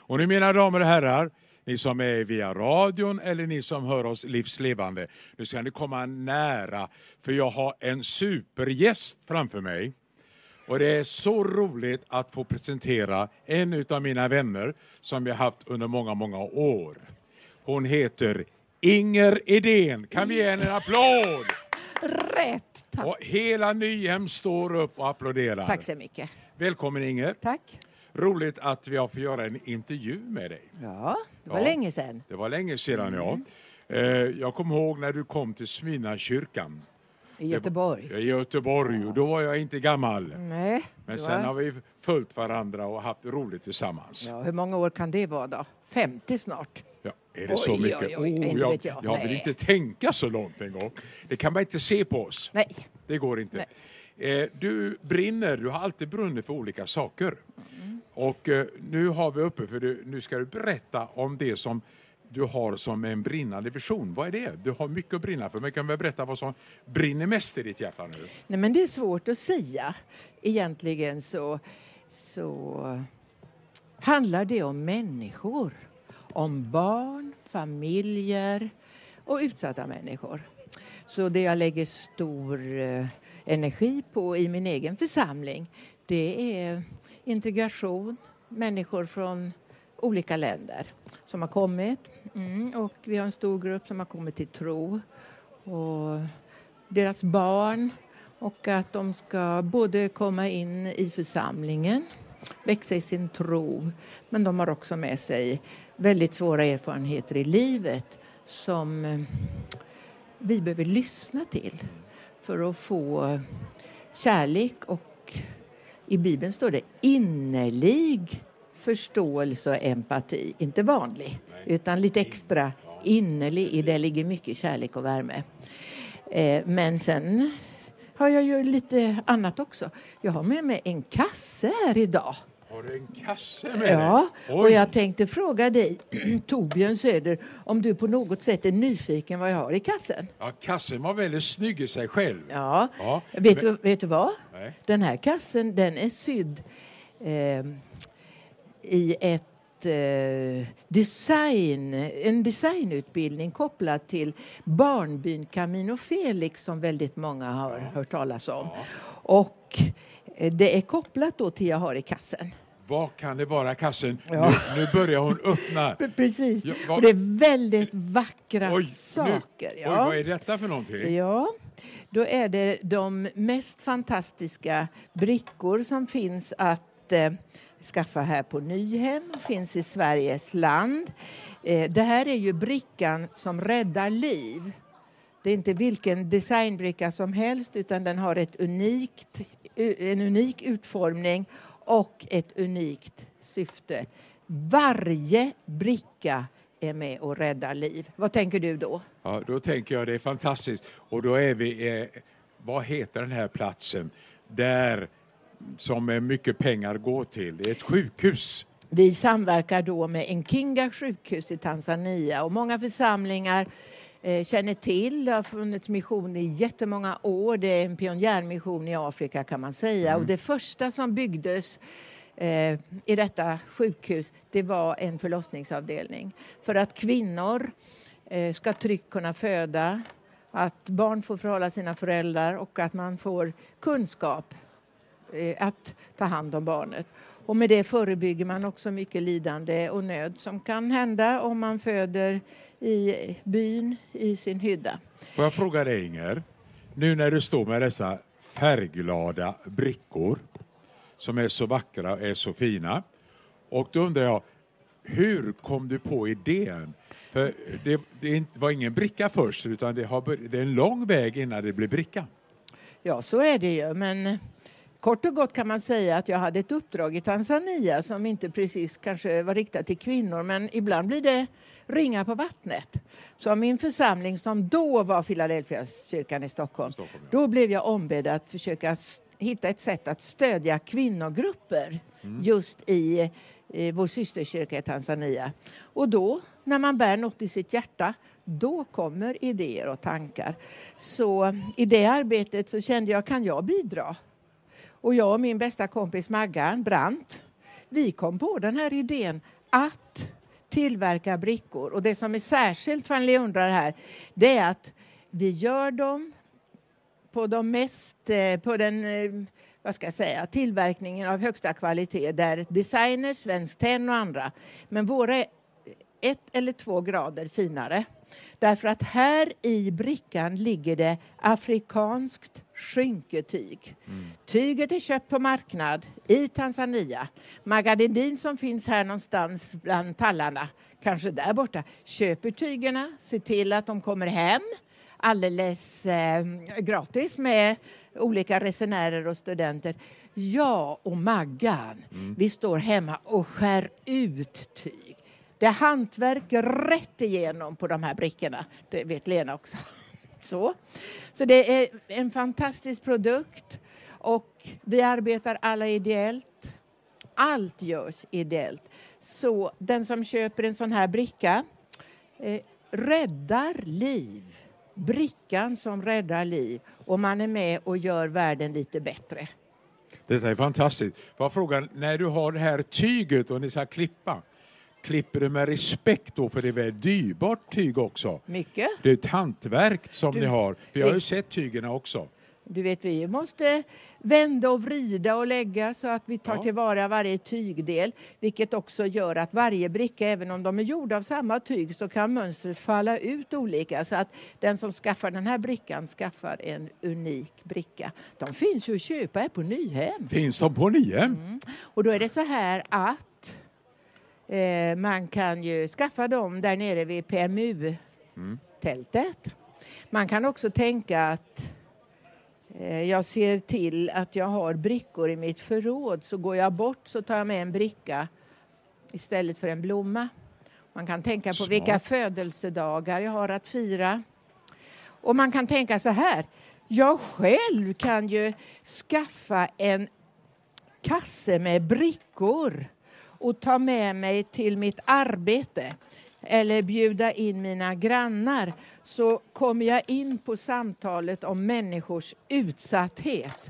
Och nu mina damer och herrar, ni som är via radion eller ni som hör oss livslevande, nu ska ni komma nära, för jag har en supergäst framför mig. Och det är så roligt att få presentera en av mina vänner som jag haft under många, många år. Hon heter Inger Edén. Kan vi ge henne en applåd? Rätt, tack. Och hela Nyhem står upp och applåderar. Tack så mycket. Välkommen Inger. Tack. Roligt att vi har fått göra en intervju med dig. Ja, det var länge sedan. Det var länge sedan, ja. Jag kommer ihåg när du kom till Smyrna kyrkan. I Göteborg. I Göteborg, och då var jag inte gammal. Nej. Men sen har vi följt varandra och haft roligt tillsammans. Ja, hur många år kan det vara då? 50 snart. Ja, är det så mycket? Inte vet jag. Jag vill inte tänka så långt en gång. Det kan man inte se på oss. Nej. Det går inte. Du har alltid brunnit för olika saker. Och nu har vi uppe, nu ska du berätta om det som du har som en brinnande vision. Vad är det? Du har mycket att brinna för. Men kan vi berätta vad som brinner mest i ditt hjärta nu? Nej, men det är svårt att säga. Egentligen så handlar det om människor. Om barn, familjer och utsatta människor. Så det jag lägger stor energi på i min egen församling, det är integration. Människor från olika länder som har kommit. Och vi har en stor grupp som har kommit till tro. Och deras barn. Och att de ska både komma in i församlingen, växa i sin tro. Men de har också med sig väldigt svåra erfarenheter i livet som vi behöver lyssna till för att få kärlek, och i Bibeln står det innerlig förståelse och empati. Inte vanlig, utan lite extra innerlig. I det ligger mycket kärlek och värme. Men sen har jag ju lite annat också. Jag har med mig en kasse här idag. Har du en kasse med dig? Ja, och jag tänkte fråga dig, Torbjörn Söder, om du på något sätt är nyfiken vad jag har i kassen. Ja, kassen var väldigt snygg i sig själv. Ja. Vet du vad? Nej. Den här kassen, den är sydd i en designutbildning kopplad till barnbyn Camino Felix som väldigt många har hört talas om. Ja. Och det är kopplat då till jag har i kassen. Vad kan det vara kassen? Ja. Nu börjar hon öppna. Precis. Och det är väldigt vackra saker. Oj, vad är detta för någonting? Ja, då är det de mest fantastiska brickor som finns att skaffa här på Nyhem. Finns i Sveriges land. Det här är ju brickan som räddar liv. Det är inte vilken designbricka som helst, utan den har en unik utformning och ett unikt syfte. Varje bricka är med och räddar liv. Vad tänker du då? Ja, då tänker jag det är fantastiskt. Och då är vi, vad heter den här platsen? Där som mycket pengar går till. Det är ett sjukhus. Vi samverkar då med Nkinga sjukhus i Tanzania. Och många församlingar känner till. Det har funnits mission i jättemånga år. Det är en pionjärmission i Afrika kan man säga. Och det första som byggdes i detta sjukhus, det var en förlossningsavdelning. För att kvinnor ska tryggt kunna föda. Att barn får förhålla sina föräldrar och att man får kunskap att ta hand om barnet. Och med det förebygger man också mycket lidande och nöd som kan hända om man föder i byn i sin hydda. Får jag fråga dig Inger, nu när du står med dessa färgglada brickor som är så vackra och är så fina, och då undrar jag, hur kom du på idén? För det var ingen bricka först, utan det är en lång väg innan det blir bricka. Ja, så är det ju, men kort och gott kan man säga att jag hade ett uppdrag i Tanzania som inte precis kanske var riktat till kvinnor, men ibland blir det ringar på vattnet. Så min församling som då var Philadelphia kyrkan i Stockholm, då blev jag ombedd att försöka hitta ett sätt att stödja kvinnogrupper just i vår systerkyrka i Tanzania. Och då, när man bär något i sitt hjärta, då kommer idéer och tankar. Så i det arbetet så kände jag, kan jag bidra? Och jag och min bästa kompis Maggan Brandt, vi kom på den här idén att tillverka brickor. Och det som är särskilt för ni undrar här, det är att vi gör dem på tillverkningen av högsta kvalitet, där designers, Svenskt Tenn och andra. Men våra är 1 eller 2 grader finare. Därför att här i brickan ligger det afrikanskt skynketyg. Tyget är köpt på marknad i Tanzania. Magadindin som finns här någonstans bland tallarna, kanske där borta, köper tygerna, ser till att de kommer hem alldeles gratis med olika resenärer och studenter. Jag och Maggan, vi står hemma och skär ut tyg. Det är hantverk rätt igenom på de här brickorna. Det vet Lena också. Så det är en fantastisk produkt. Och vi arbetar alla ideellt. Allt görs ideellt. Så den som köper en sån här bricka räddar liv. Brickan som räddar liv. Och man är med och gör världen lite bättre. Detta är fantastiskt. Vad frågan, när du har det här tyget och ni ska klipper du med respekt då, för det är väl dyrbart tyg också? Mycket. Det är ett hantverk som ni har. För jag har ju sett tygerna också. Du vet, vi måste vända och vrida och lägga så att vi tar tillvara varje tygdel. Vilket också gör att varje bricka, även om de är gjorda av samma tyg, så kan mönstret falla ut olika. Så att den som skaffar den här brickan skaffar en unik bricka. De finns ju att köpa här på Nyhem. Finns de på Nyhem? Och då är det så här att man kan ju skaffa dem där nere vid PMU-tältet. Man kan också tänka att jag ser till att jag har brickor i mitt förråd. Så går jag bort så tar jag med en bricka istället för en blomma. Man kan tänka på vilka födelsedagar jag har att fira. Och man kan tänka så här. Jag själv kan ju skaffa en kasse med brickor och ta med mig till mitt arbete. Eller bjuda in mina grannar, så kommer jag in på samtalet om människors utsatthet.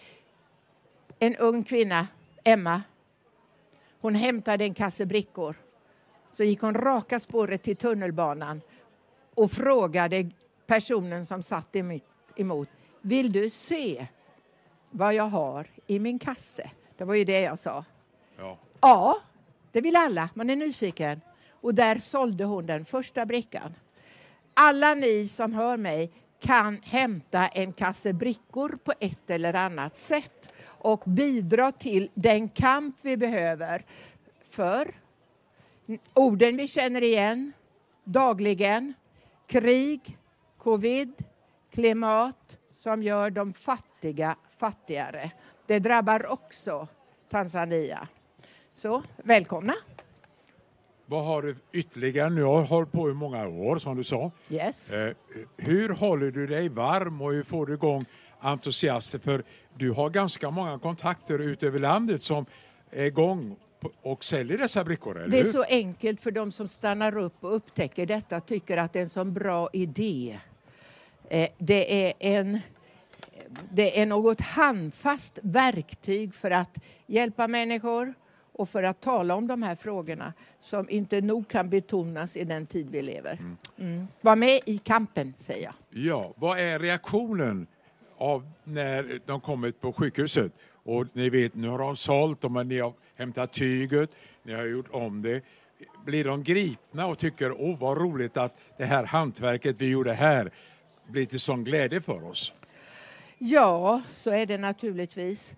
En ung kvinna, Emma, hon hämtade en kasse brickor. Så gick hon raka spåret till tunnelbanan och frågade personen som satt emot. Vill du se vad jag har i min kasse? Det var ju det jag sa. Ja, det vill alla. Man är nyfiken. Och där sålde hon den första brickan. Alla ni som hör mig kan hämta en kasse brickor på ett eller annat sätt. Och bidra till den kamp vi behöver. För orden vi känner igen dagligen. Krig, covid, klimat som gör de fattiga fattigare. Det drabbar också Tanzania. Så välkomna. Vad har du ytterligare? Nu har hållit på i många år som du sa. Yes. Hur håller du dig varm och hur får du igång entusiaster? För du har ganska många kontakter ut över landet som är igång och säljer dessa brickor, eller? Det är så enkelt för de som stannar upp och upptäcker detta, tycker att det är en sån bra idé. Det är något handfast verktyg för att hjälpa människor och för att tala om de här frågorna som inte nog kan betonas i den tid vi lever. Var med i kampen, säger jag. Ja, vad är reaktionen av när de kommit på sjukhuset? Och ni vet, nu har de sålt dem, men ni har hämtat tyget, ni har gjort om det. Blir de gripna och tycker, vad roligt att det här hantverket vi gjorde här blir till sån glädje för oss? Ja, så är det naturligtvis.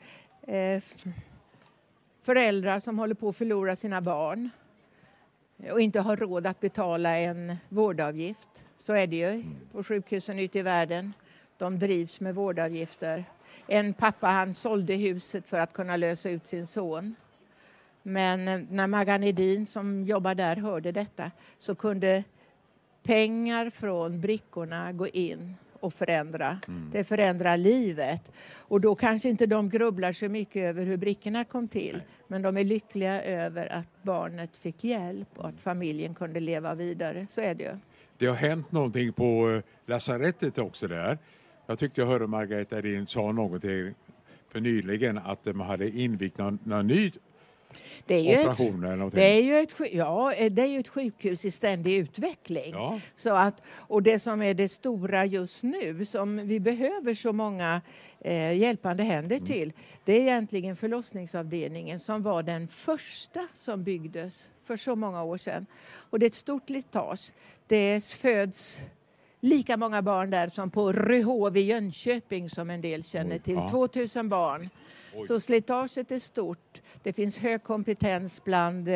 Föräldrar som håller på att förlora sina barn och inte har råd att betala en vårdavgift. Så är det ju på sjukhusen ute i världen. De drivs med vårdavgifter. En pappa, han sålde huset för att kunna lösa ut sin son. Men när Maggan Edin som jobbar där hörde detta, så kunde pengar från brickorna gå in och förändra. Det förändrar livet. Och då kanske inte de grubblar så mycket över hur brickorna kom till. Men de är lyckliga över att barnet fick hjälp och att familjen kunde leva vidare. Så är det ju. Det har hänt någonting på lasarettet också där. Jag tyckte jag hörde Margareta Edin sa någonting för nyligen att man hade invigt någon ny Det är ju operationer eller någonting. Det är ju ett sjukhus i ständig utveckling. Ja. Så att, och det som är det stora just nu, som vi behöver så många hjälpande händer till, det är egentligen förlossningsavdelningen som var den första som byggdes för så många år sedan. Och det är ett stort slitage. Det föds lika många barn där som på Ryhov i Jönköping, som en del känner till. 2000 barn. Så slitaget är stort. Det finns hög kompetens bland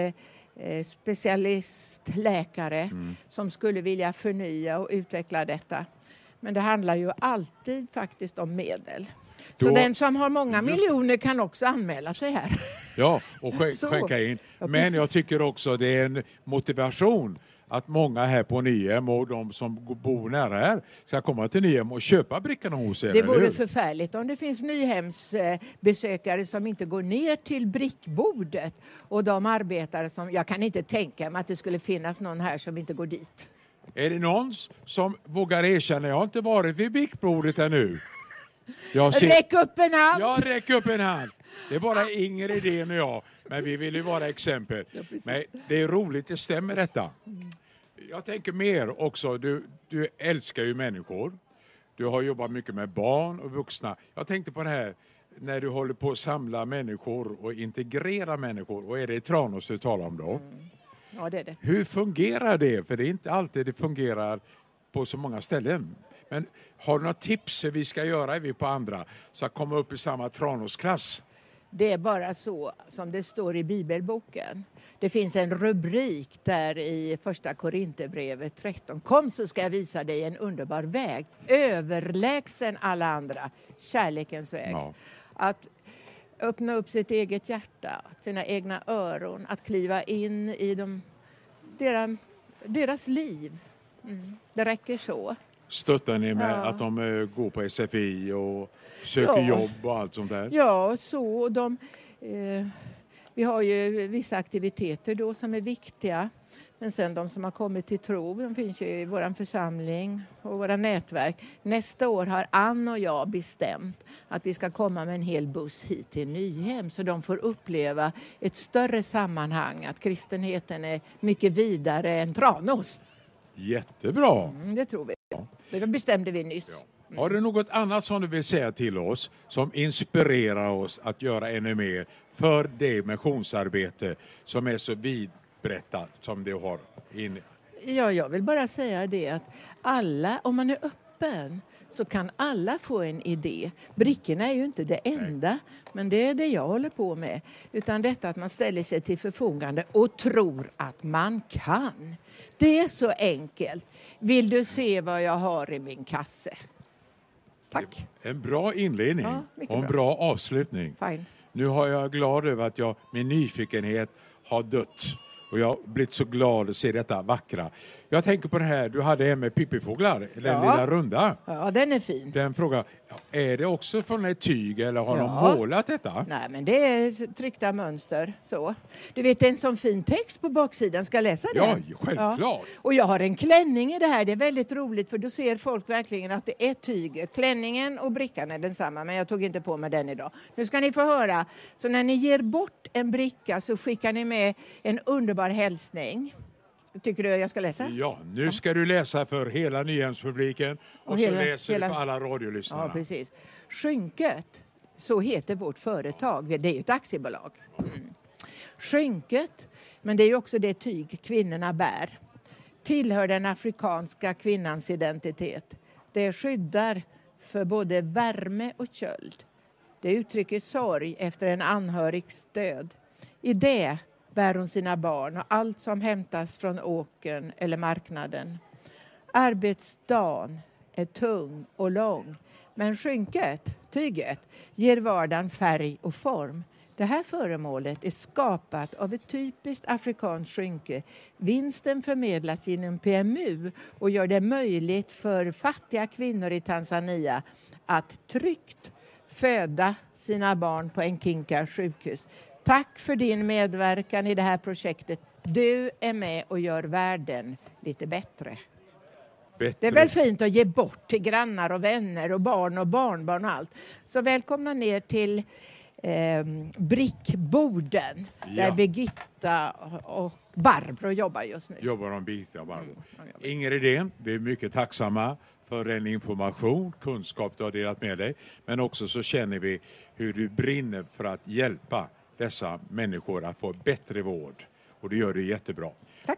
specialistläkare som skulle vilja förnya och utveckla detta. Men det handlar ju alltid faktiskt om medel. Så den som har många miljoner kan också anmäla sig här. Ja, och skänka in. Men jag tycker också det är en motivation att många här på Nyhem och de som bor nära här ska komma till Nyhem och köpa brickorna hos er. Det vore förfärligt om det finns Nyhemsbesökare som inte går ner till brickbordet, och de arbetare som, jag kan inte tänka mig att det skulle finnas någon här som inte går dit. Är det någon som vågar erkänna, jag har inte varit vid brickbordet ännu? Räck upp en hand! Ja, räck upp en hand. Det är bara Ingrid, Idén och jag. Men vi vill ju vara exempel. Ja, men det är roligt, det stämmer detta. Jag tänker mer också, du älskar ju människor. Du har jobbat mycket med barn och vuxna. Jag tänkte på det här, när du håller på att samla människor och integrera människor. Och är det i Tranås du talar om då? Ja, det är det. Hur fungerar det? För det är inte alltid det fungerar på så många ställen. Men har du några tips hur vi ska göra, är vi på andra, så att komma upp i samma Tranåsklass? Det är bara så som det står i bibelboken. Det finns en rubrik där i första Korinthierbrevet 13. Kom så ska jag visa dig en underbar väg. Överlägsen alla andra. Kärlekens väg. Ja. Att öppna upp sitt eget hjärta, sina egna öron. Att kliva in i deras liv. Det räcker så. Stöttar ni med att de går på SFI och söker jobb och allt sånt där? Ja, så. Vi har ju vissa aktiviteter då som är viktiga. Men sen de som har kommit till tro, de finns ju i vår församling och våra nätverk. Nästa år har Ann och jag bestämt att vi ska komma med en hel buss hit till Nyhem. Så de får uppleva ett större sammanhang. Att kristenheten är mycket vidare än Tranås. Jättebra. Det tror vi. Det bestämde vi nyss. Ja. Har du något annat som du vill säga till oss som inspirerar oss att göra ännu mer för det missionsarbete som är så vidbrättat som du har inne? Ja, jag vill bara säga det att alla, om man är öppen, så kan alla få en idé. Brickorna är ju inte det enda, men det är det jag håller på med. Utan detta att man ställer sig till förfogande och tror att man kan. Det är så enkelt. Vill du se vad jag har i min kasse? Tack. En bra inledning och en bra avslutning. Fine. Nu har jag glad över att min nyfikenhet har dött. Och jag har blivit så glad att se detta vackra. Jag tänker på det här, du hade en med pippifåglar, den lilla runda. Ja, den är fin. Den frågan, är det också från ett tyg eller har de målat detta? Nej, men det är tryckta mönster. Så. Du vet, en sån fin text på baksidan, ska jag läsa den? Ja, självklart. Ja. Och jag har en klänning i det här, det är väldigt roligt för då ser folk verkligen att det är tyget. Klänningen och brickan är densamma, men jag tog inte på mig den idag. Nu ska ni få höra, så när ni ger bort en bricka så skickar ni med en underbar hälsning. Tycker du jag ska läsa? Ja, nu ska du läsa för hela Nyhemspubliken och så läser du för alla radiolyssnarna. Ja, precis. Skynket, så heter vårt företag. Det är ju ett aktiebolag. Skynket, men det är ju också det tyg kvinnorna bär, tillhör den afrikanska kvinnans identitet. Det skyddar för både värme och köld. Det uttrycker sorg efter en anhörigs död. I det bär hon sina barn och allt som hämtas från åkern eller marknaden. Arbetsdagen är tung och lång, men skynket, tyget, ger vardagen färg och form. Det här föremålet är skapat av ett typiskt afrikanskt skynke. Vinsten förmedlas genom PMU och gör det möjligt för fattiga kvinnor i Tanzania att tryggt föda sina barn på Nkinka sjukhus. Tack för din medverkan i det här projektet. Du är med och gör världen lite bättre. Det är väl fint att ge bort till grannar och vänner och barn och barnbarn och allt. Så välkomna ner till brickborden. Ja. Där Birgitta och Barbro jobbar just nu. Jobbar de Birgitta och Barbro. Ingrid Idén, vi är mycket tacksamma för den information, kunskap du har delat med dig. Men också så känner vi hur du brinner för att hjälpa dessa människor att få bättre vård. Och det gör du jättebra. Tack.